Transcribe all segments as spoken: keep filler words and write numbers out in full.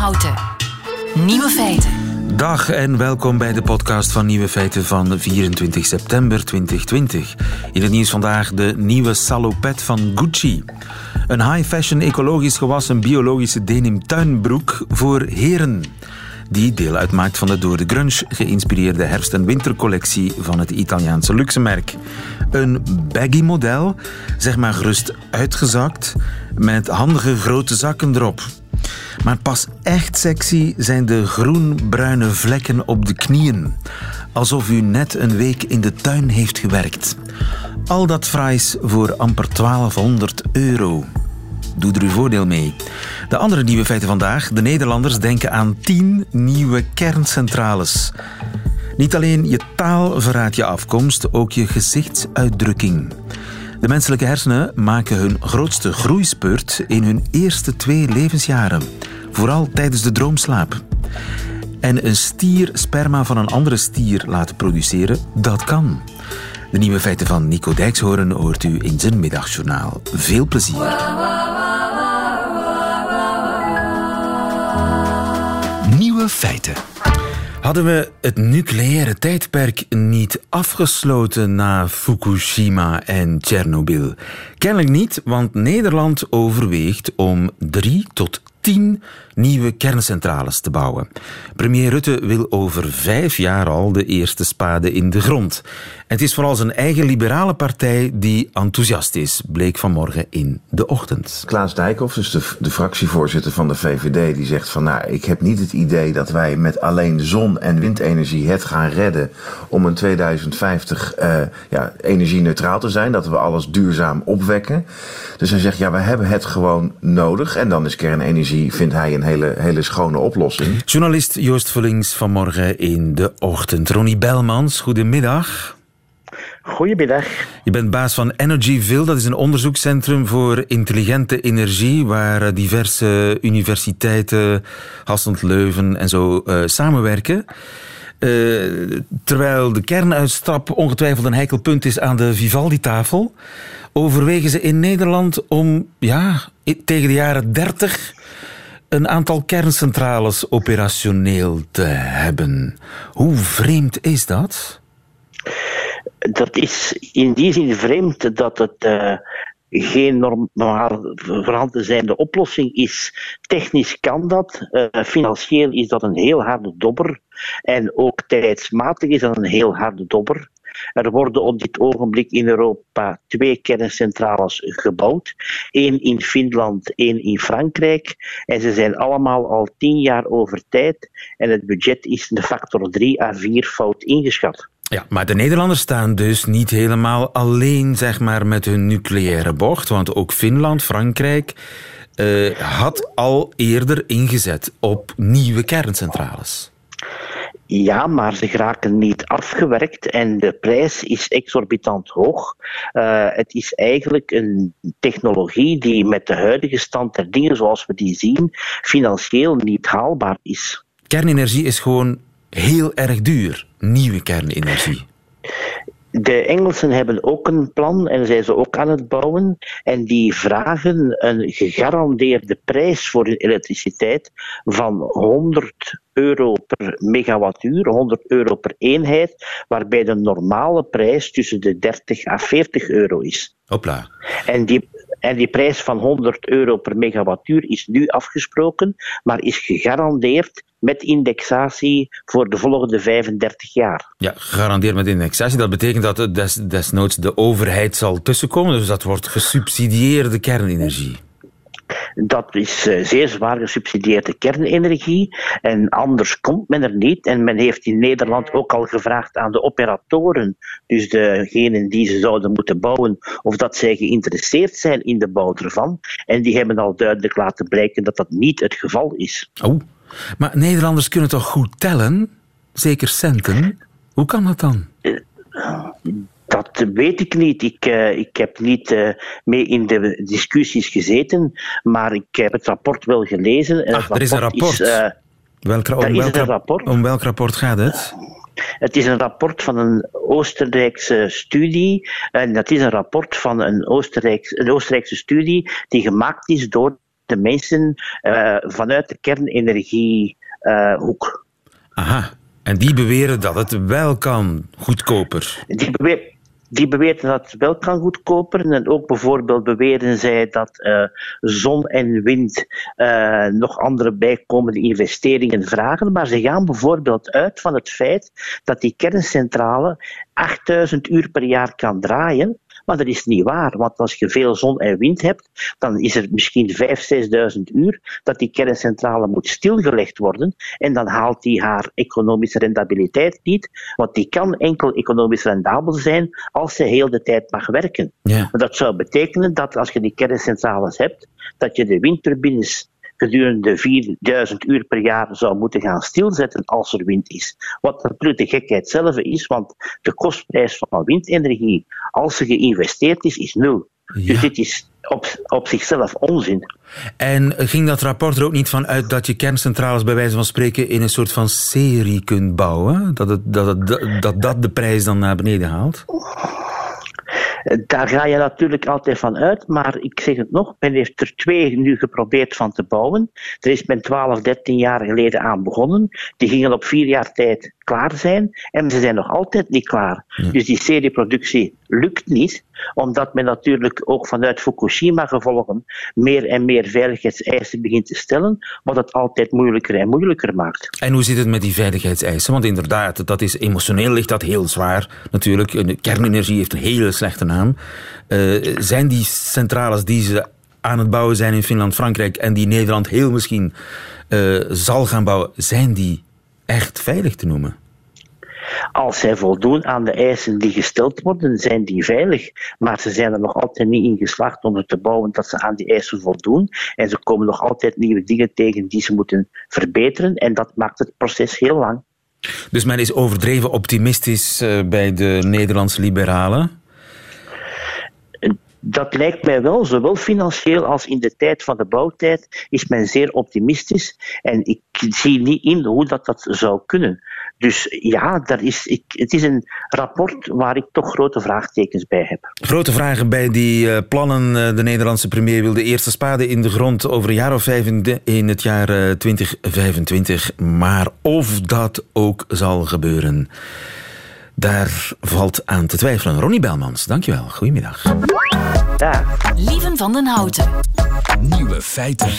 Houten. Nieuwe feiten. Dag en welkom bij de podcast van Nieuwe Feiten van vierentwintig september tweeduizend twintig. In het nieuws vandaag de nieuwe salopet van Gucci. Een high-fashion ecologisch gewassen biologische denim tuinbroek voor heren. Die deel uitmaakt van de door de grunge geïnspireerde herfst- en wintercollectie van het Italiaanse luxemerk. Een baggy model, zeg maar gerust uitgezakt, met handige grote zakken erop. Maar pas echt sexy zijn de groen-bruine vlekken op de knieën. Alsof u net een week in de tuin heeft gewerkt. Al dat fraais voor amper twaalfhonderd euro. Doe er uw voordeel mee. De andere nieuwe feiten vandaag. De Nederlanders denken aan tien nieuwe kerncentrales. Niet alleen je taal verraadt je afkomst, ook je gezichtsuitdrukking. De menselijke hersenen maken hun grootste groeispurt in hun eerste twee levensjaren. Vooral tijdens de droomslaap. En een stier sperma van een andere stier laten produceren, dat kan. De nieuwe feiten van Nico Dijkshoorn hoort u in zijn middagjournaal. Veel plezier. Nieuwe feiten. Hadden we het nucleaire tijdperk niet afgesloten na Fukushima en Tsjernobyl? Kennelijk niet, want Nederland overweegt om drie tot tien nieuwe kerncentrales te bouwen. Premier Rutte wil over vijf jaar al de eerste spade in de grond. Het is vooral zijn eigen liberale partij die enthousiast is, bleek vanmorgen in de ochtend. Klaas Dijkhoff, dus de, de fractievoorzitter van de V V D, die zegt van nou, ik heb niet het idee dat wij met alleen zon- en windenergie het gaan redden om in tweeduizend vijftig uh, ja, energie-neutraal te zijn, dat we alles duurzaam opwekken. Dus hij zegt ja, we hebben het gewoon nodig en dan is kernenergie, vindt hij, een hele, hele schone oplossing. Journalist Joost Vullings vanmorgen in de ochtend. Ronnie Belmans, goedemiddag. Goedemiddag. Je bent baas van Energyville, dat is een onderzoekscentrum voor intelligente energie, waar diverse universiteiten, Hasselt, Leuven en zo uh, samenwerken. Uh, terwijl de kernuitstap ongetwijfeld een heikel punt is aan de Vivaldi-tafel, overwegen ze in Nederland om ja, tegen de jaren dertig een aantal kerncentrales operationeel te hebben. Hoe vreemd is dat? Dat is in die zin vreemd dat het uh, geen normaal voorhanden zijnde oplossing is. Technisch kan dat, uh, financieel is dat een heel harde dobber en ook tijdsmatig is dat een heel harde dobber. Er worden op dit ogenblik in Europa twee kerncentrales gebouwd. Eén in Finland, één in Frankrijk. En ze zijn allemaal al tien jaar over tijd. En het budget is de factor drie à vier fout ingeschat. Ja, maar de Nederlanders staan dus niet helemaal alleen, zeg maar, met hun nucleaire bocht. Want ook Finland, Frankrijk uh, had al eerder ingezet op nieuwe kerncentrales. Ja, maar ze geraken niet afgewerkt en de prijs is exorbitant hoog. Uh, het is eigenlijk een technologie die met de huidige stand der dingen zoals we die zien, financieel niet haalbaar is. Kernenergie is gewoon heel erg duur, nieuwe kernenergie. De Engelsen hebben ook een plan en zijn ze ook aan het bouwen. En die vragen een gegarandeerde prijs voor hun elektriciteit van honderd euro per megawattuur, honderd euro per eenheid, waarbij de normale prijs tussen de dertig à veertig euro is. Hopla. En die, en die prijs van honderd euro per megawattuur is nu afgesproken, maar is gegarandeerd met indexatie voor de volgende vijfendertig jaar. Ja, gegarandeerd met indexatie. Dat betekent dat het des, desnoods de overheid zal tussenkomen, dus dat wordt gesubsidieerde kernenergie. Dat is uh, zeer zwaar gesubsidieerde kernenergie en anders komt men er niet. En men heeft in Nederland ook al gevraagd aan de operatoren, dus degenen die ze zouden moeten bouwen, of dat zij geïnteresseerd zijn in de bouw ervan. En die hebben al duidelijk laten blijken dat dat niet het geval is. Oh, maar Nederlanders kunnen toch goed tellen? Zeker centen? Hoe kan dat dan? Uh, Dat weet ik niet. Ik, uh, ik heb niet uh, mee in de discussies gezeten, maar ik heb het rapport wel gelezen. En Ach, het er is een rapport. Is, uh, welk, om, er is welk, een rapport. Om welk rapport gaat het? Het is een rapport van een Oostenrijkse studie. En dat is een rapport van een, Oostenrijks, een Oostenrijkse studie die gemaakt is door de mensen uh, vanuit de kernenergiehoek. Uh, Aha, en die beweren dat het wel kan goedkoper. Die beweren... Die beweren dat het wel kan goedkoper. En ook bijvoorbeeld beweren zij dat uh, zon en wind uh, nog andere bijkomende investeringen vragen. Maar ze gaan bijvoorbeeld uit van het feit dat die kerncentrale achtduizend uur per jaar kan draaien. Maar dat is niet waar, want als je veel zon en wind hebt, dan is er misschien vijfduizend, zesduizend uur dat die kerncentrale moet stilgelegd worden en dan haalt die haar economische rendabiliteit niet, want die kan enkel economisch rendabel zijn als ze heel de tijd mag werken. Ja. Dat zou betekenen dat als je die kerncentrales hebt, dat je de windturbines gedurende vierduizend uur per jaar zou moeten gaan stilzetten als er wind is. Wat natuurlijk de gekheid zelf is, want de kostprijs van windenergie, als ze geïnvesteerd is, is nul. Ja. Dus dit is op, op zichzelf onzin. En ging dat rapport er ook niet van uit dat je kerncentrales bij wijze van spreken in een soort van serie kunt bouwen? Dat het, dat, het, dat, dat de prijs dan naar beneden haalt? Daar ga je natuurlijk altijd van uit, maar ik zeg het nog, men heeft er twee nu geprobeerd van te bouwen. Er is men twaalf, dertien jaar geleden aan begonnen. Die gingen op vier jaar tijd klaar zijn en ze zijn nog altijd niet klaar. Ja. Dus die serieproductie lukt niet, omdat men natuurlijk ook vanuit Fukushima gevolgen meer en meer veiligheidseisen begint te stellen, wat het altijd moeilijker en moeilijker maakt. En hoe zit het met die veiligheidseisen? Want inderdaad, dat is emotioneel ligt dat heel zwaar natuurlijk. Kernenergie heeft een hele slechte naam. Uh, zijn die centrales die ze aan het bouwen zijn in Finland, Frankrijk en die Nederland heel misschien uh, zal gaan bouwen, zijn die echt veilig te noemen? Als zij voldoen aan de eisen die gesteld worden, zijn die veilig. Maar ze zijn er nog altijd niet in geslaagd om er te bouwen dat ze aan die eisen voldoen. En ze komen nog altijd nieuwe dingen tegen die ze moeten verbeteren. En dat maakt het proces heel lang. Dus men is overdreven optimistisch uh, bij de Nederlandse liberalen? Dat lijkt mij wel, zowel financieel als in de tijd van de bouwtijd is men zeer optimistisch. En ik zie niet in hoe dat, dat zou kunnen. Dus ja, daar is, ik, het is een rapport waar ik toch grote vraagtekens bij heb. Grote vragen bij die uh, plannen. De Nederlandse premier wil de eerste spade in de grond over een jaar of vijf in, de, in het jaar uh, twintig vijfentwintig. Maar of dat ook zal gebeuren, daar valt aan te twijfelen. Ronnie Belmans, dankjewel. Goedemiddag. Ja. Lieven van den Houten. Nieuwe feiten.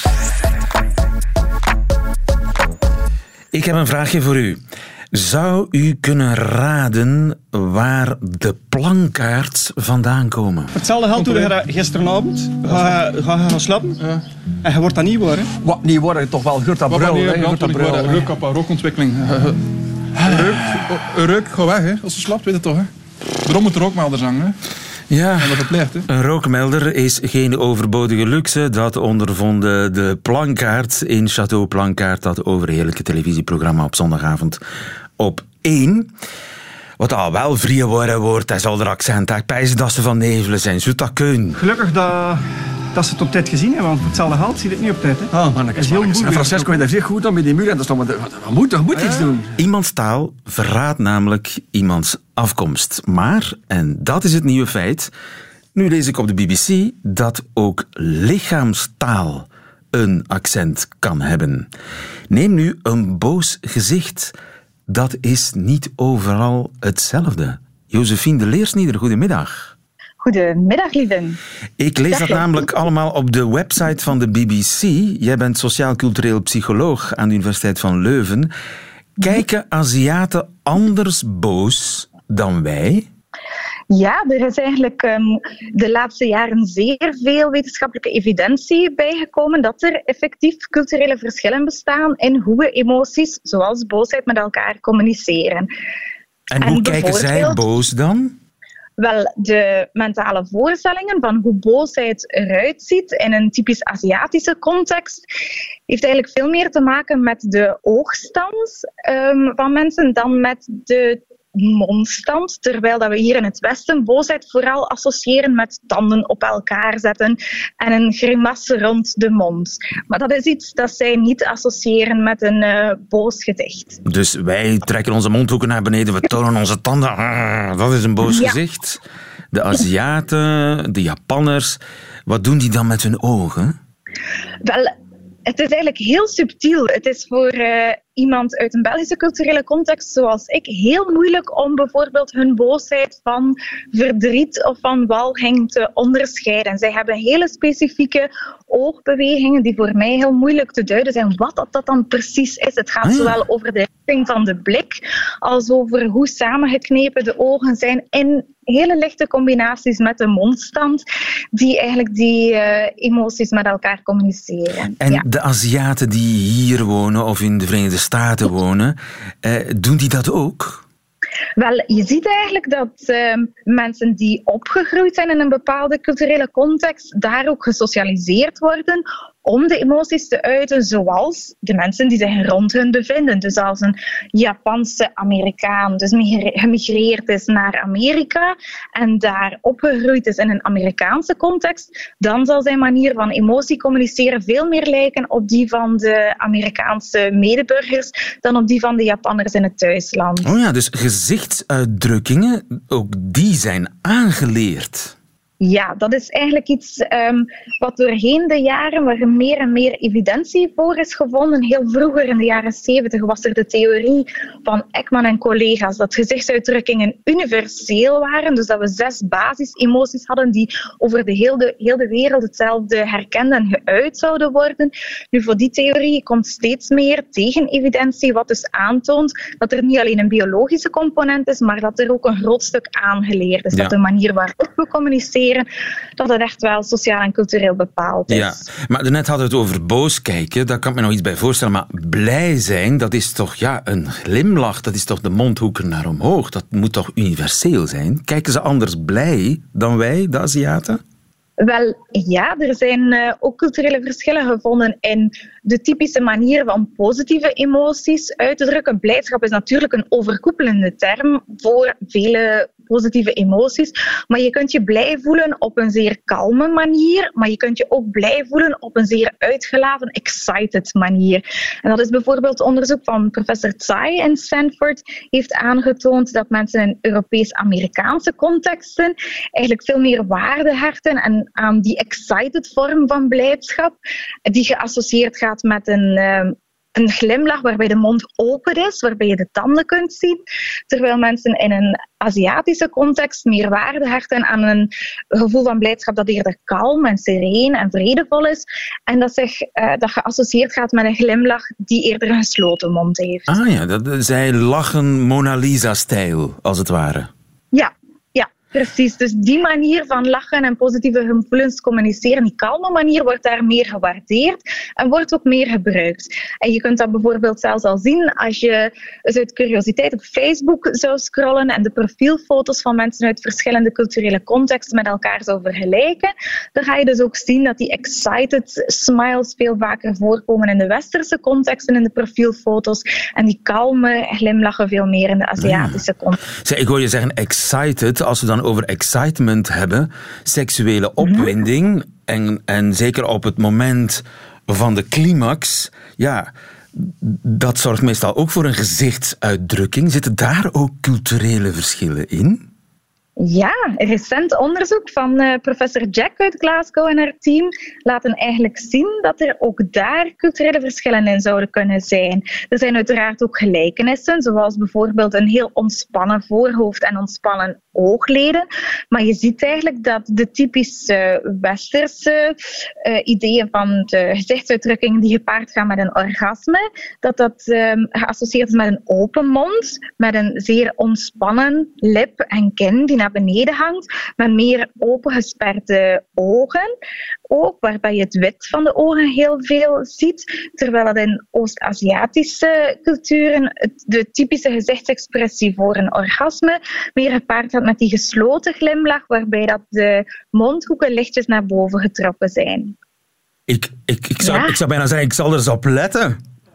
Ik heb een vraagje voor u. Zou u kunnen raden waar de plankaarts vandaan komen? Hetzelfde geldt toen je gisteravond ga je gaan slapen ja. En je wordt dat niet worden. Wat niet worden, toch wel geurt dat brul. Je hoort dat brul. Reuk op rookontwikkeling. Reuk, reuk, ga weg hè. Als je slaapt, weet je toch hè. Daarom moet er ook melders hangen hè. Ja, en dat verplicht, hè? Een rookmelder is geen overbodige luxe. Dat ondervonden de plankaart in Château Plankaart, dat overheerlijke televisieprogramma op zondagavond op één. Wat al wel vrije worden wordt, dat is al de accent. Ik pijs dat ze van Nevelen zijn. Zou dat kunnen? Gelukkig dat, dat ze het op tijd gezien hebben, want voor hetzelfde geld zie je het niet op tijd. Hè. Oh man, dat is heel moeilijk. En Francesco weet er zeer goed aan met die muur. En dat is toch, wat moet, wat moet ah, iets ja. doen? Iemands taal verraadt namelijk iemands afkomst. Maar, en dat is het nieuwe feit, nu lees ik op de B B C dat ook lichaamstaal een accent kan hebben. Neem nu een boos gezicht. Dat is niet overal hetzelfde. Josephine de Leersnieder, goedemiddag. Goedemiddag, lieven. Ik lees Dag, dat namelijk allemaal op de website van de B B C. Jij bent sociaal-cultureel psycholoog aan de Universiteit van Leuven. Kijken Aziaten anders boos dan wij? Ja, er is eigenlijk um, de laatste jaren zeer veel wetenschappelijke evidentie bijgekomen dat er effectief culturele verschillen bestaan in hoe we emoties, zoals boosheid, met elkaar communiceren. En hoe en kijken zij boos dan? Wel, de mentale voorstellingen van hoe boosheid eruit ziet in een typisch Aziatische context heeft eigenlijk veel meer te maken met de oogstand um, van mensen dan met de mondstand, terwijl dat we hier in het Westen boosheid vooral associëren met tanden op elkaar zetten en een grimasse rond de mond. Maar dat is iets dat zij niet associëren met een uh, boos gezicht. Dus wij trekken onze mondhoeken naar beneden, we tonen onze tanden. Ah, dat is een boos ja. gezicht. De Aziaten, de Japanners, wat doen die dan met hun ogen? Wel, het is eigenlijk heel subtiel. Het is voor uh, iemand uit een Belgische culturele context zoals ik heel moeilijk om bijvoorbeeld hun boosheid van verdriet of van walging te onderscheiden. Zij hebben hele specifieke oogbewegingen die voor mij heel moeilijk te duiden zijn wat dat, dat dan precies is. Het gaat zowel over de richting van de blik als over hoe samengeknepen de ogen zijn in hele lichte combinaties met de mondstand die eigenlijk die uh, emoties met elkaar communiceren. En ja. de Aziaten die hier wonen of in de Verenigde Staten wonen, eh, doen die dat ook? Wel, je ziet eigenlijk dat uh, mensen die opgegroeid zijn in een bepaalde culturele context daar ook gesocialiseerd worden om de emoties te uiten zoals de mensen die zich rond hen bevinden. Dus als een Japanse Amerikaan dus gemigreerd is naar Amerika en daar opgegroeid is in een Amerikaanse context, dan zal zijn manier van emotie communiceren veel meer lijken op die van de Amerikaanse medeburgers dan op die van de Japanners in het thuisland. Oh ja, dus gezichtsuitdrukkingen, ook die zijn aangeleerd. Ja, dat is eigenlijk iets um, wat doorheen de jaren, waar meer en meer evidentie voor is gevonden. Heel vroeger, in de jaren zeventig, was er de theorie van Ekman en collega's dat gezichtsuitdrukkingen universeel waren. Dus dat we zes basisemoties hadden die over de hele, heel de wereld hetzelfde herkend en geuit zouden worden. Nu, voor die theorie komt steeds meer tegenevidentie, wat dus aantoont dat er niet alleen een biologische component is, maar dat er ook een groot stuk aangeleerd is. Ja. Dat de manier waarop we communiceren, dat het echt wel sociaal en cultureel bepaald is. Ja, maar daarnet hadden we het over boos kijken, daar kan ik me nog iets bij voorstellen, maar blij zijn, dat is toch ja, een glimlach, dat is toch de mondhoeken naar omhoog, dat moet toch universeel zijn? Kijken ze anders blij dan wij, de Aziaten? Wel, ja, er zijn uh, ook culturele verschillen gevonden in de typische manier van positieve emoties uit te drukken. Blijdschap is natuurlijk een overkoepelende term voor vele positieve emoties, maar je kunt je blij voelen op een zeer kalme manier, maar je kunt je ook blij voelen op een zeer uitgelaten, excited manier. En dat is bijvoorbeeld onderzoek van professor Tsai in Stanford heeft aangetoond dat mensen in Europees-Amerikaanse contexten eigenlijk veel meer waarde hechten en aan die excited vorm van blijdschap, die geassocieerd gaat met een, uh, een glimlach waarbij de mond open is, waarbij je de tanden kunt zien, terwijl mensen in een Aziatische context meer waarde hechten aan een gevoel van blijdschap dat eerder kalm en sereen en vredevol is en dat, zich, uh, dat geassocieerd gaat met een glimlach die eerder een gesloten mond heeft. Ah ja, dat, zij lachen Mona Lisa-stijl, als het ware. Ja. Precies, dus die manier van lachen en positieve gevoelens communiceren, die kalme manier, wordt daar meer gewaardeerd en wordt ook meer gebruikt. En je kunt dat bijvoorbeeld zelfs al zien als je dus uit curiositeit op Facebook zou scrollen en de profielfoto's van mensen uit verschillende culturele contexten met elkaar zou vergelijken. Dan ga je dus ook zien dat die excited smiles veel vaker voorkomen in de westerse contexten in de profielfoto's en die kalme glimlachen veel meer in de Aziatische context. Zeg, ik hoor je zeggen excited, als we dan over excitement hebben, seksuele opwinding, mm-hmm. en, en zeker op het moment van de climax, ja, dat zorgt meestal ook voor een gezichtsuitdrukking. Zitten daar ook culturele verschillen in? Ja, een recent onderzoek van uh, professor Jack uit Glasgow en haar team laten eigenlijk zien dat er ook daar culturele verschillen in zouden kunnen zijn. Er zijn uiteraard ook gelijkenissen, zoals bijvoorbeeld een heel ontspannen voorhoofd en ontspannen oogleden. Maar je ziet eigenlijk dat de typische westerse uh, ideeën van de gezichtsuitdrukkingen die gepaard gaan met een orgasme, dat dat um, geassocieerd is met een open mond, met een zeer ontspannen lip en kin die naar beneden hangt, met meer opengesperde ogen, ook waarbij je het wit van de ogen heel veel ziet, terwijl dat in Oost-Aziatische culturen het, de typische gezichtsexpressie voor een orgasme meer gepaard gaat met die gesloten glimlach, waarbij dat de mondhoeken lichtjes naar boven getrokken zijn. Ik, ik, ik, zou, ja. ik zou bijna zeggen, ik zal er eens op letten.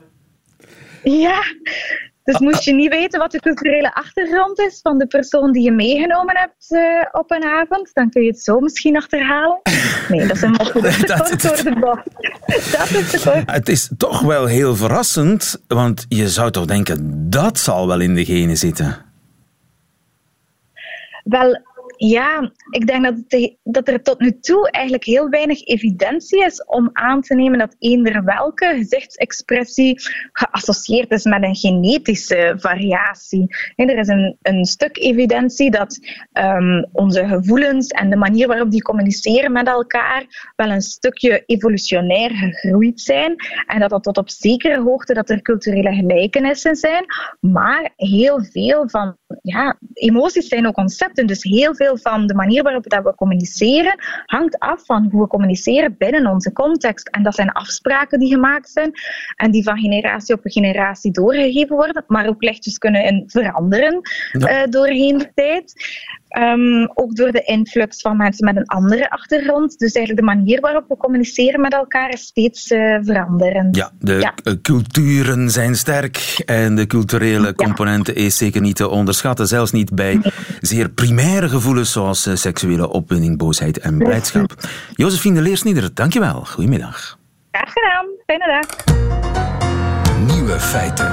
Ja, dus moest je niet weten wat de culturele achtergrond is van de persoon die je meegenomen hebt uh, op een avond, dan kun je het zo misschien achterhalen. Nee, dat is een mopje. Dat is te kort door de bocht. Dat is te kort. Het is toch wel heel verrassend, want je zou toch denken, dat zal wel in de genen zitten. Wel, Ja, ik denk dat, het, dat er tot nu toe eigenlijk heel weinig evidentie is om aan te nemen dat eender welke gezichtsexpressie geassocieerd is met een genetische variatie. En er is een, een stuk evidentie dat um, onze gevoelens en de manier waarop die communiceren met elkaar wel een stukje evolutionair gegroeid zijn en dat dat tot op zekere hoogte dat er culturele gelijkenissen zijn, maar heel veel van ja, emoties zijn ook concepten, dus heel veel van de manier waarop dat we communiceren hangt af van hoe we communiceren binnen onze context. En dat zijn afspraken die gemaakt zijn en die van generatie op generatie doorgegeven worden, maar ook lichtjes kunnen in veranderen ja. uh, doorheen de tijd. Um, ook door de influx van mensen met een andere achtergrond. Dus eigenlijk de manier waarop we communiceren met elkaar is steeds uh, veranderend. Ja, de ja. k- culturen zijn sterk en de culturele componente ja. is zeker niet te onderschatten. Zelfs niet bij nee. zeer primaire gevoelens zoals uh, seksuele opwinding, boosheid en blijdschap. Josephine de Leersnieder, dankjewel. Goedemiddag. Graag gedaan. Fijne dag. Nieuwe feiten.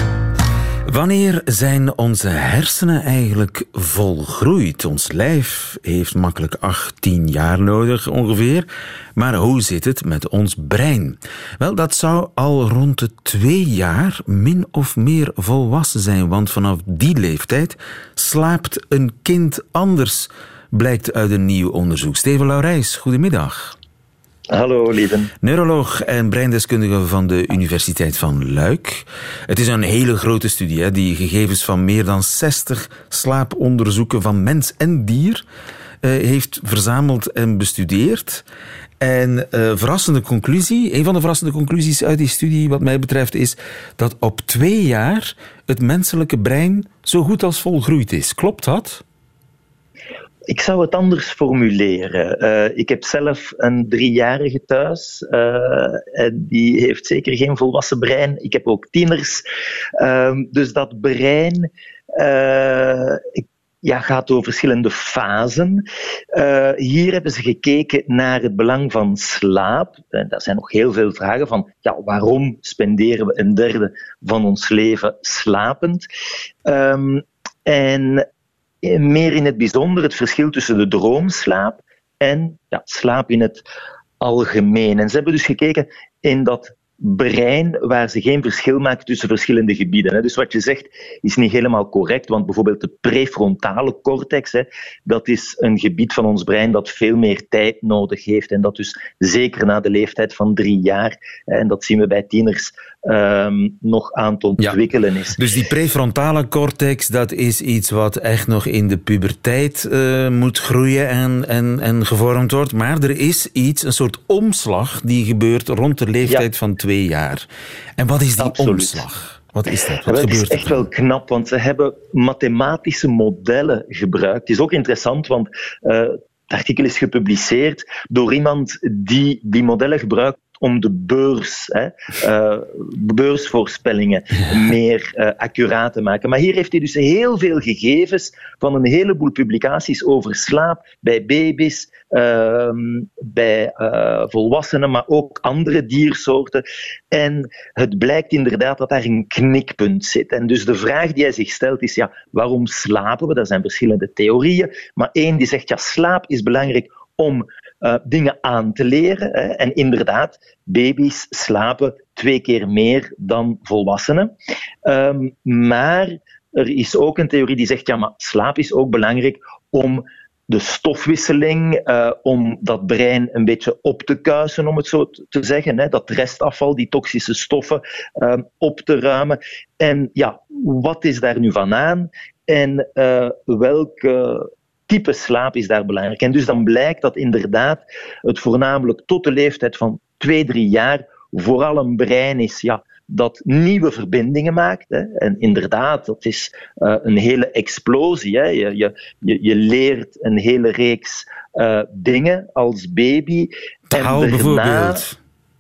Wanneer zijn onze hersenen eigenlijk volgroeid? Ons lijf heeft makkelijk achttien jaar nodig ongeveer. Maar hoe zit het met ons brein? Wel, dat zou al rond de twee jaar min of meer volwassen zijn. Want vanaf die leeftijd slaapt een kind anders, blijkt uit een nieuw onderzoek. Steven Laurijs, goedemiddag. Hallo, Lieven. Neuroloog en breindeskundige van de Universiteit van Luik. Het is een hele grote studie hè, die gegevens van meer dan zestig slaaponderzoeken van mens en dier uh, heeft verzameld en bestudeerd. En uh, verrassende conclusie, een van de verrassende conclusies uit die studie wat mij betreft is dat op twee jaar het menselijke brein zo goed als volgroeid is. Klopt dat? Ik zou het anders formuleren. Uh, ik heb zelf een driejarige thuis. Uh, en die heeft zeker geen volwassen brein. Ik heb ook tieners. Uh, dus dat brein uh, ja, gaat door verschillende fasen. Uh, hier hebben ze gekeken naar het belang van slaap. En daar zijn nog heel veel vragen van ja, waarom spenderen we een derde van ons leven slapend? Um, en meer in het bijzonder het verschil tussen de droomslaap en ja, slaap in het algemeen. En ze hebben dus gekeken in dat brein waar ze geen verschil maken tussen verschillende gebieden. Dus wat je zegt is niet helemaal correct, want bijvoorbeeld de prefrontale cortex, dat is een gebied van ons brein dat veel meer tijd nodig heeft en dat dus zeker na de leeftijd van drie jaar, en dat zien we bij tieners, um, nog aan te ontwikkelen is. Ja, dus die prefrontale cortex, dat is iets wat echt nog in de puberteit uh, moet groeien en, en, en gevormd wordt, maar er is iets, een soort omslag die gebeurt rond de leeftijd ja. van twee jaar. En wat is die Absoluut. omslag? Wat is dat? Wat ja, gebeurt het is echt wel knap, want ze hebben mathematische modellen gebruikt. Het is ook interessant, want uh, het artikel is gepubliceerd door iemand die die modellen gebruikt om de beurs, hè, uh, beursvoorspellingen meer uh, accuraat te maken. Maar hier heeft hij dus heel veel gegevens van een heleboel publicaties over slaap bij baby's, uh, bij uh, volwassenen, maar ook andere diersoorten. En het blijkt inderdaad dat daar een knikpunt zit. En dus de vraag die hij zich stelt is, ja, waarom slapen we? Er zijn verschillende theorieën, maar één die zegt, ja, slaap is belangrijk om Uh, dingen aan te leren. Hè. En inderdaad, baby's slapen twee keer meer dan volwassenen. Um, maar er is ook een theorie die zegt, ja, maar slaap is ook belangrijk om de stofwisseling, uh, om dat brein een beetje op te kuisen, om het zo te zeggen. Hè. Dat restafval, die toxische stoffen, uh, op te ruimen. En ja, wat is daar nu van aan? En uh, welke type slaap is daar belangrijk. En dus dan blijkt dat inderdaad het voornamelijk tot de leeftijd van twee, drie jaar vooral een brein is ja, dat nieuwe verbindingen maakt. Hè. En inderdaad, dat is uh, een hele explosie. Hè. Je, je, je, je leert een hele reeks uh, dingen als baby. Taal en bijvoorbeeld.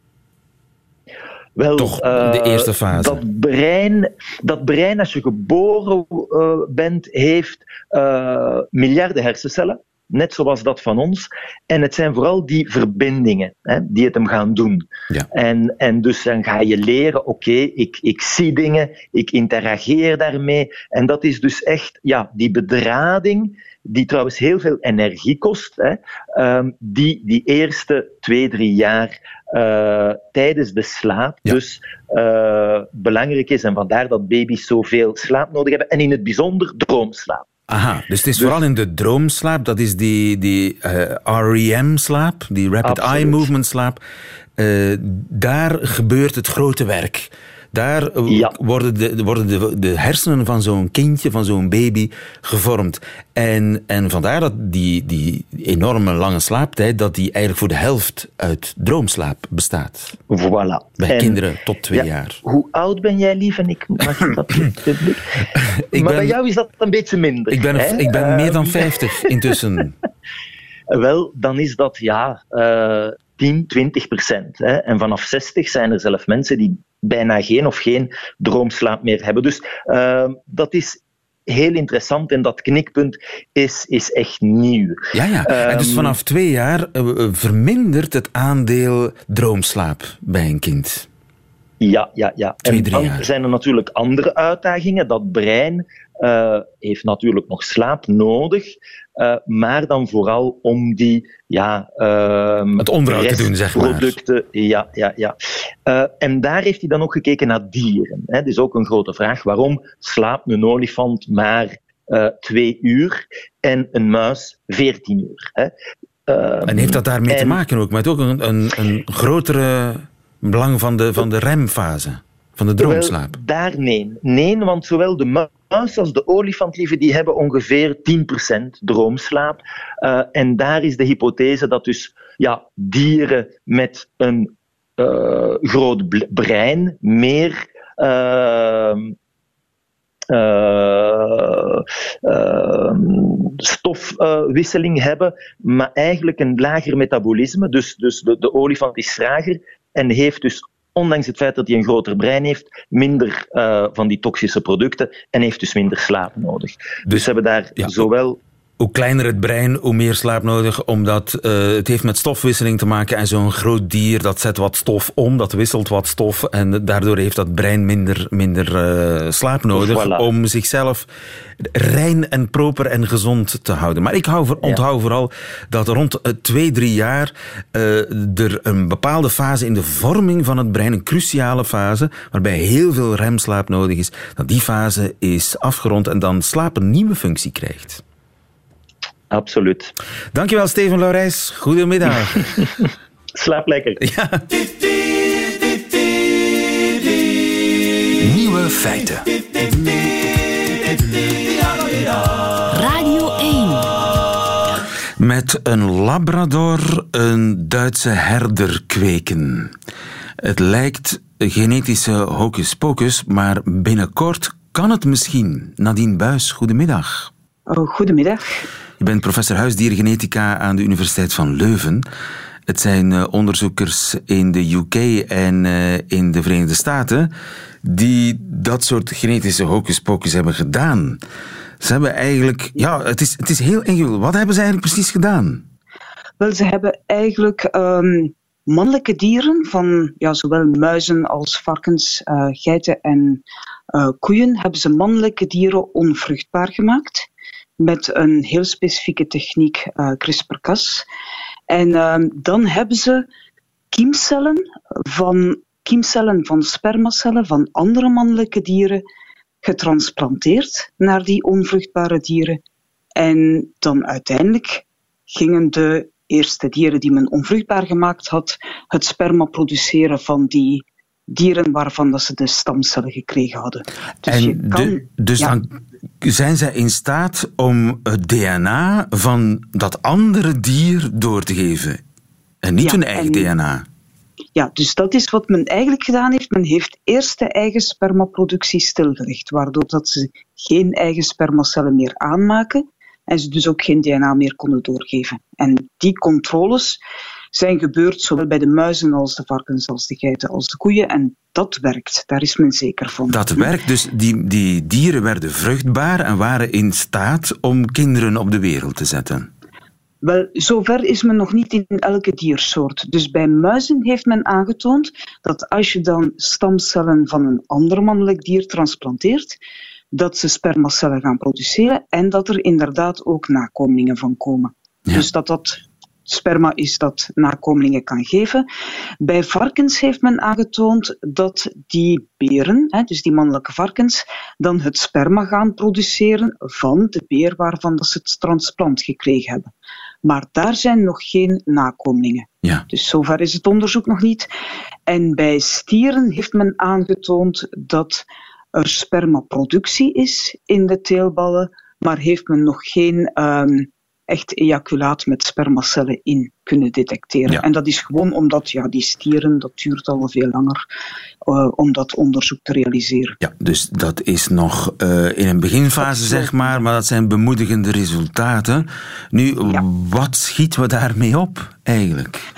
Wel, Toch uh, de eerste fase. Dat brein, dat brein als je geboren uh, bent, heeft uh, miljarden hersencellen. net zoals dat van ons. En het zijn vooral die verbindingen hè, die het hem gaan doen. Ja. En, en dus dan ga je leren, oké, okay, ik, ik zie dingen, ik interageer daarmee. En dat is dus echt ja, die bedrading, die trouwens heel veel energie kost, hè, um, die, die eerste twee, drie jaar uh, tijdens de slaap ja. dus uh, belangrijk is. En vandaar dat baby's zoveel slaap nodig hebben. En in het bijzonder droomslaap. Aha, dus het is dus, vooral in de droomslaap, dat is die, die uh, R E M-slaap, die Rapid absoluut. Eye Movement slaap. Uh, daar gebeurt het grote werk. Daar ja. worden, de, worden de, de hersenen van zo'n kindje, van zo'n baby, gevormd. En, en vandaar dat die, die enorme lange slaaptijd, dat die eigenlijk voor de helft uit droomslaap bestaat. Voilà. Bij en, kinderen tot twee ja, jaar. Hoe oud ben jij, lief? En ik mag dat publiek. Maar ben, bij jou is dat een beetje minder. Ik ben, hè? ik ben uh, meer dan vijftig intussen. Wel, dan is dat ja... Uh, tien, twintig procent. Hè. En vanaf zestig zijn er zelfs mensen die bijna geen of geen droomslaap meer hebben. Dus uh, dat is heel interessant en dat knikpunt is, is echt nieuw. Ja, ja. En dus vanaf twee jaar uh, vermindert het aandeel droomslaap bij een kind. Ja, ja, ja. Twee, en drie dan jaar. zijn er natuurlijk andere uitdagingen. Dat brein uh, heeft natuurlijk nog slaap nodig, uh, maar dan vooral om die ja, uh, het onderhoud te doen, zeg maar. Producten, ja, ja, ja. Uh, en daar heeft hij dan ook gekeken naar dieren. Hè. Dat is ook een grote vraag. Waarom slaapt een olifant maar uh, twee uur en een muis veertien uur? Hè? Uh, en heeft dat daarmee en, te maken ook met ook een, een, een grotere belang van de, van de remfase, van de droomslaap? Wel, daar nee. Nee, want zowel de muis als de olifant, lieve, die hebben ongeveer tien procent droomslaap. Uh, en daar is de hypothese dat dus ja, dieren met een uh, groot brein meer... Uh, Uh, uh, stofwisseling uh, hebben, maar eigenlijk een lager metabolisme. Dus, dus de, de olifant is trager en heeft dus, ondanks het feit dat hij een groter brein heeft, minder uh, van die toxische producten en heeft dus minder slaap nodig. Dus, dus we hebben daar ja, zowel... Hoe kleiner het brein, hoe meer slaap nodig, omdat uh, het heeft met stofwisseling te maken en zo'n groot dier, dat zet wat stof om, dat wisselt wat stof en daardoor heeft dat brein minder, minder uh, slaap nodig voilà. om zichzelf rein en proper en gezond te houden. Maar ik hou voor, onthoud ja. vooral dat rond uh, twee, drie jaar uh, er een bepaalde fase in de vorming van het brein, een cruciale fase, waarbij heel veel remslaap nodig is, dat die fase is afgerond en dan slaap een nieuwe functie krijgt. Absoluut. Dankjewel, Steven Laurijs. Goedemiddag. Slaap lekker. Ja. Nieuwe feiten. Radio één. Met een labrador een Duitse herder kweken. Het lijkt genetische hocus pocus, maar binnenkort kan het misschien. Nadine Buis, goedemiddag. Oh, goedemiddag. Je bent professor huisdiergenetica aan de Universiteit van Leuven. Het zijn uh, onderzoekers in de U K en uh, in de Verenigde Staten die dat soort genetische hocus pocus hebben gedaan. Ze hebben eigenlijk... Ja, het is, het is heel ingewikkeld. Wat hebben ze eigenlijk precies gedaan? Wel, ze hebben eigenlijk um, mannelijke dieren van ja, zowel muizen als varkens, uh, geiten en uh, koeien, hebben ze mannelijke dieren onvruchtbaar gemaakt. Met een heel specifieke techniek, uh, CRISPR-Cas. En uh, dan hebben ze kiemcellen van, kiemcellen van spermacellen van andere mannelijke dieren getransplanteerd naar die onvruchtbare dieren. En dan uiteindelijk gingen de eerste dieren die men onvruchtbaar gemaakt had, het sperma produceren van die dieren waarvan dat ze de stamcellen gekregen hadden. Dus en je kan, de, dus ja. dan zijn zij in staat om het D N A van dat andere dier door te geven. En niet ja, hun eigen en, D N A. Ja, dus dat is wat men eigenlijk gedaan heeft. Men heeft eerst de eigen spermaproductie stilgelegd, waardoor dat ze geen eigen spermacellen meer aanmaken en ze dus ook geen D N A meer konden doorgeven. En die controles zijn gebeurd zowel bij de muizen als de varkens, als de geiten, als de koeien. En dat werkt, daar is men zeker van. Dat werkt, dus die, die dieren werden vruchtbaar en waren in staat om kinderen op de wereld te zetten. Wel, zover is men nog niet in elke diersoort. Dus bij muizen heeft men aangetoond dat als je dan stamcellen van een ander mannelijk dier transplanteert, dat ze spermacellen gaan produceren en dat er inderdaad ook nakomelingen van komen. Ja. Dus dat dat sperma is dat nakomelingen kan geven. Bij varkens heeft men aangetoond dat die beren, hè, dus die mannelijke varkens, dan het sperma gaan produceren van de beer waarvan dat ze het transplant gekregen hebben. Maar daar zijn nog geen nakomelingen. Ja. Dus zover is het onderzoek nog niet. En bij stieren heeft men aangetoond dat er spermaproductie is in de teelballen, maar heeft men nog geen um, echt ejaculaat met spermacellen in kunnen detecteren. Ja. En dat is gewoon omdat ja, die stieren, dat duurt al veel langer uh, om dat onderzoek te realiseren. Ja, dus dat is nog uh, in een beginfase, zeg maar, maar dat zijn bemoedigende resultaten. Nu, ja. Wat schieten we daarmee op, eigenlijk?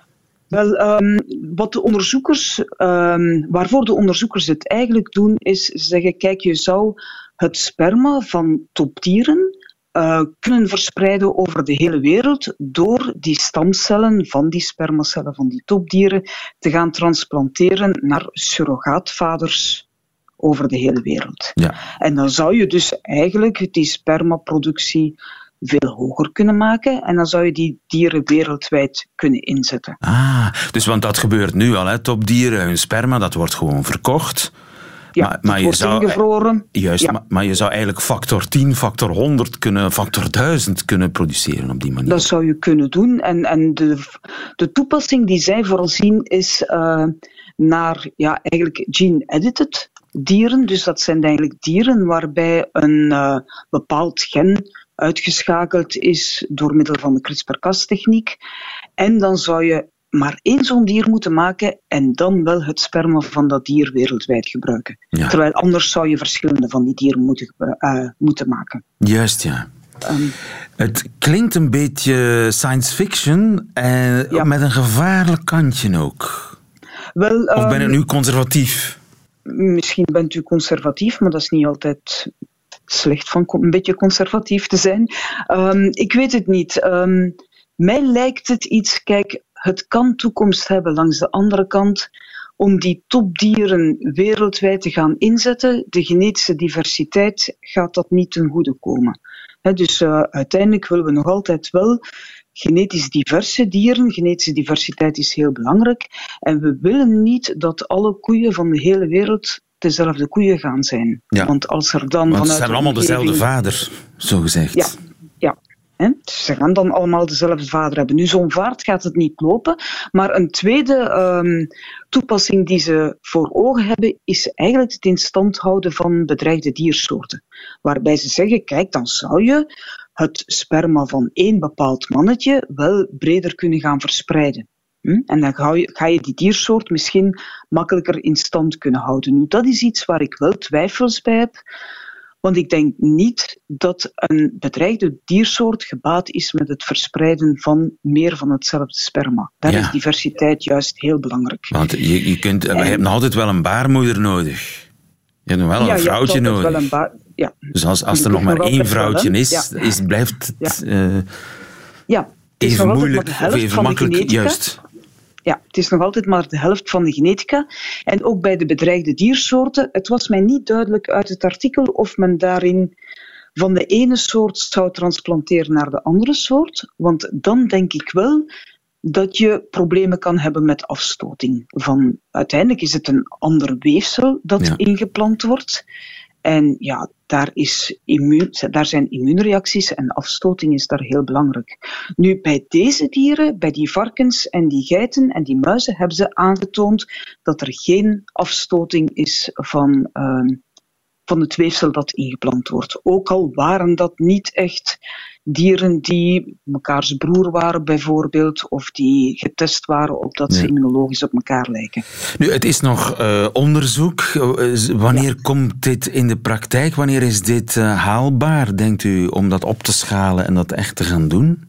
Wel, um, wat de onderzoekers, um, waarvoor de onderzoekers het eigenlijk doen, is zeggen, kijk, je zou het sperma van topdieren uh, kunnen verspreiden over de hele wereld door die stamcellen van die spermacellen van die topdieren te gaan transplanteren naar surrogaatvaders over de hele wereld. Ja. En dan zou je dus eigenlijk die spermaproductie veel hoger kunnen maken en dan zou je die dieren wereldwijd kunnen inzetten. Ah, dus want dat gebeurt nu al, hè? Topdieren, hun sperma, dat wordt gewoon verkocht. Ja, maar, maar je zou, ingevroren. Juist, ja. maar, maar je zou eigenlijk factor tien, factor honderd, kunnen, factor duizend kunnen produceren op die manier. Dat zou je kunnen doen. En, en de, de toepassing die zij vooral zien is uh, naar ja, eigenlijk gene-edited dieren. Dus dat zijn eigenlijk dieren waarbij een uh, bepaald gen uitgeschakeld is door middel van de CRISPR-Cas-techniek. En dan zou je maar één zo'n dier moeten maken en dan wel het sperma van dat dier wereldwijd gebruiken. Ja. Terwijl anders zou je verschillende van die dieren moeten, uh, moeten maken. Juist, ja. Um, het klinkt een beetje science fiction, uh, ja. met een gevaarlijk kantje ook. Wel, um, of ben ik nu conservatief? Misschien bent u conservatief, maar dat is niet altijd slecht van een beetje conservatief te zijn. Um, ik weet het niet. Um, mij lijkt het iets, kijk, het kan toekomst hebben langs de andere kant om die topdieren wereldwijd te gaan inzetten. De genetische diversiteit gaat dat niet ten goede komen. He, dus uh, uiteindelijk willen we nog altijd wel genetisch diverse dieren. Genetische diversiteit is heel belangrijk. En we willen niet dat alle koeien van de hele wereld dezelfde koeien gaan zijn. Ja. Want als er dan Want vanuit ze hebben allemaal omgeving... dezelfde vader, zo gezegd. Ja, ja. He? Ze gaan dan allemaal dezelfde vader hebben. Nu, zo'n vaart gaat het niet lopen. Maar een tweede um, toepassing die ze voor ogen hebben, is eigenlijk het in stand houden van bedreigde diersoorten. Waarbij ze zeggen, kijk, dan zou je het sperma van één bepaald mannetje wel breder kunnen gaan verspreiden. Hm? En dan ga je, ga je die diersoort misschien makkelijker in stand kunnen houden. Nu, dat is iets waar ik wel twijfels bij heb. Want ik denk niet dat een bedreigde diersoort gebaat is met het verspreiden van meer van hetzelfde sperma. Daar ja. is diversiteit juist heel belangrijk. Want je, je, kunt, en, je hebt nog altijd wel een baarmoeder nodig. Je hebt nog wel ja, een vrouwtje nodig. Wel een baar, ja. Dus als, als er nog maar één vrouwtje is, ja. is, blijft het ja. Uh, ja, het even moeilijk of even makkelijk. Juist. Ja, het is nog altijd maar de helft van de genetica. En ook bij de bedreigde diersoorten. Het was mij niet duidelijk uit het artikel of men daarin van de ene soort zou transplanteren naar de andere soort. Want dan denk ik wel dat je problemen kan hebben met afstoting. Van, uiteindelijk is het een ander weefsel dat ja. ingeplant wordt. En ja, daar, is immuun, daar zijn immuunreacties en afstoting is daar heel belangrijk. Nu, bij deze dieren, bij die varkens en die geiten en die muizen, hebben ze aangetoond dat er geen afstoting is van, uh, van het weefsel dat ingeplant wordt. Ook al waren dat niet echt dieren die mekaars broer waren bijvoorbeeld, of die getest waren op dat ze ja. immunologisch op elkaar lijken. Nu, het is nog uh, onderzoek. Wanneer ja. komt dit in de praktijk? Wanneer is dit uh, haalbaar, denkt u, om dat op te schalen en dat echt te gaan doen?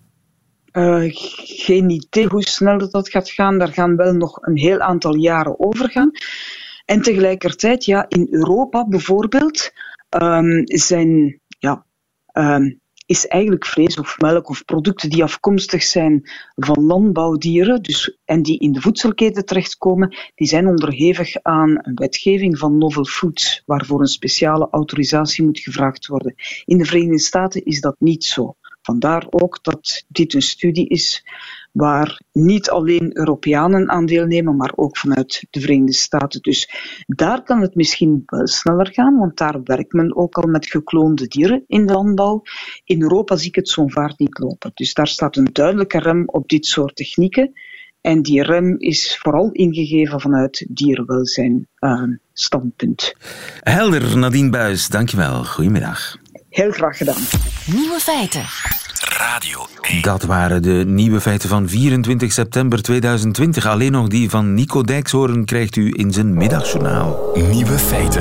Uh, geen idee hoe snel dat, dat gaat gaan. Daar gaan wel nog een heel aantal jaren over gaan. En tegelijkertijd, ja, in Europa bijvoorbeeld, um, zijn... ja. Um, is eigenlijk vlees of melk of producten die afkomstig zijn van landbouwdieren dus, en die in de voedselketen terechtkomen, die zijn onderhevig aan een wetgeving van novel foods, waarvoor een speciale autorisatie moet gevraagd worden. In de Verenigde Staten is dat niet zo. Vandaar ook dat dit een studie is waar niet alleen Europeanen aan deelnemen, maar ook vanuit de Verenigde Staten. Dus daar kan het misschien wel sneller gaan, want daar werkt men ook al met gekloonde dieren in de landbouw. In Europa zie ik het zo'n vaart niet lopen. Dus daar staat een duidelijke rem op dit soort technieken. En die rem is vooral ingegeven vanuit dierenwelzijn uh, standpunt. Helder, Nadine Buijs, dankjewel. Goedemiddag. Heel graag gedaan. Nieuwe feiten. Radio één. Dat waren de nieuwe feiten van vierentwintig september tweeduizend twintig. Alleen nog die van Nico Dijkshoorn krijgt u in zijn middagjournaal. Nieuwe feiten.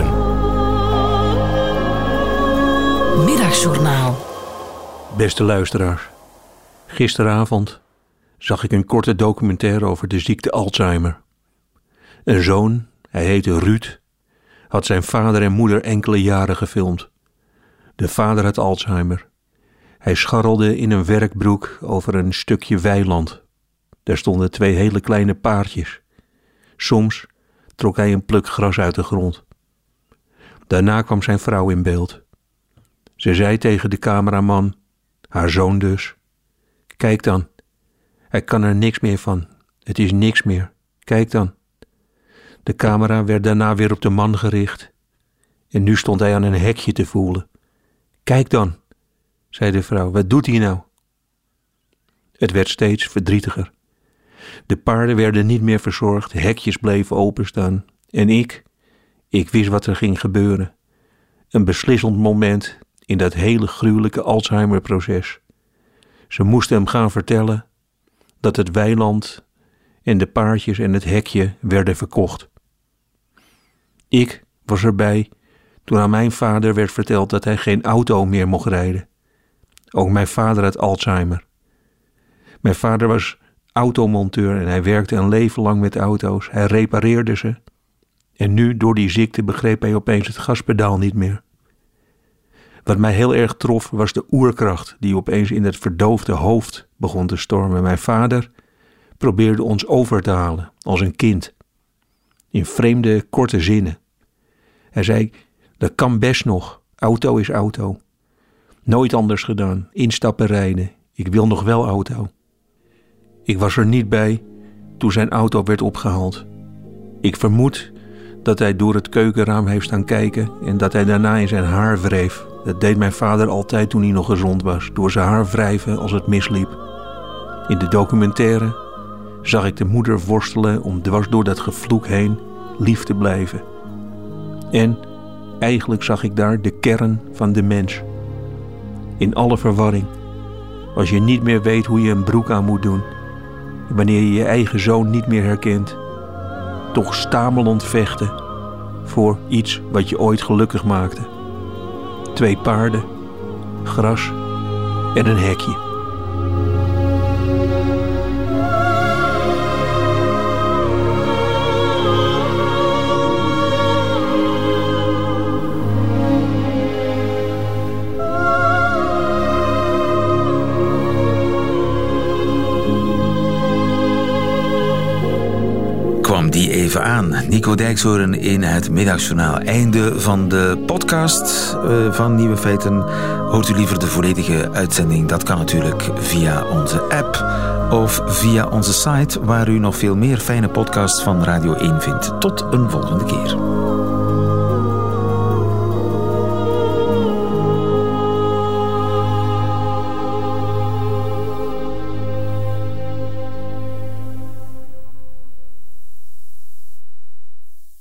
Middagjournaal. Beste luisteraars, gisteravond zag ik een korte documentaire over de ziekte Alzheimer. Een zoon, hij heette Ruud, had zijn vader en moeder enkele jaren gefilmd. De vader had Alzheimer. Hij scharrelde in een werkbroek over een stukje weiland. Daar stonden twee hele kleine paardjes. Soms trok hij een pluk gras uit de grond. Daarna kwam zijn vrouw in beeld. Ze zei tegen de cameraman, haar zoon dus: "Kijk dan, hij kan er niks meer van. Het is niks meer. Kijk dan." De camera werd daarna weer op de man gericht. En nu stond hij aan een hekje te voelen. "Kijk dan," zei de vrouw, "wat doet hij nou?" Het werd steeds verdrietiger. De paarden werden niet meer verzorgd, hekjes bleven openstaan. En ik, ik wist wat er ging gebeuren. Een beslissend moment in dat hele gruwelijke Alzheimer-proces. Ze moesten hem gaan vertellen dat het weiland en de paardjes en het hekje werden verkocht. Ik was erbij toen aan mijn vader werd verteld dat hij geen auto meer mocht rijden. Ook mijn vader had Alzheimer. Mijn vader was automonteur en hij werkte een leven lang met auto's. Hij repareerde ze. En nu, door die ziekte, begreep hij opeens het gaspedaal niet meer. Wat mij heel erg trof, was de oerkracht die opeens in het verdoofde hoofd begon te stormen. Mijn vader probeerde ons over te halen, als een kind. In vreemde, korte zinnen. Hij zei: "Dat kan best nog. Auto is auto. Nooit anders gedaan. Instappen, rijden. Ik wil nog wel auto." Ik was er niet bij toen zijn auto werd opgehaald. Ik vermoed dat hij door het keukenraam heeft staan kijken en dat hij daarna in zijn haar wreef. Dat deed mijn vader altijd toen hij nog gezond was, door zijn haar wrijven als het misliep. In de documentaire zag ik de moeder worstelen om dwars door dat gevloek heen lief te blijven. En eigenlijk zag ik daar de kern van de mens. In alle verwarring. Als je niet meer weet hoe je een broek aan moet doen. Wanneer je je eigen zoon niet meer herkent. Toch stamelend vechten voor iets wat je ooit gelukkig maakte. Twee paarden, gras en een hekje. Kwam die even aan. Nico Dijkshoorn in het Middagjournaal. Einde van de podcast uh, van Nieuwe Feiten. Hoort u liever de volledige uitzending? Dat kan natuurlijk via onze app of via onze site, waar u nog veel meer fijne podcasts van Radio één vindt. Tot een volgende keer.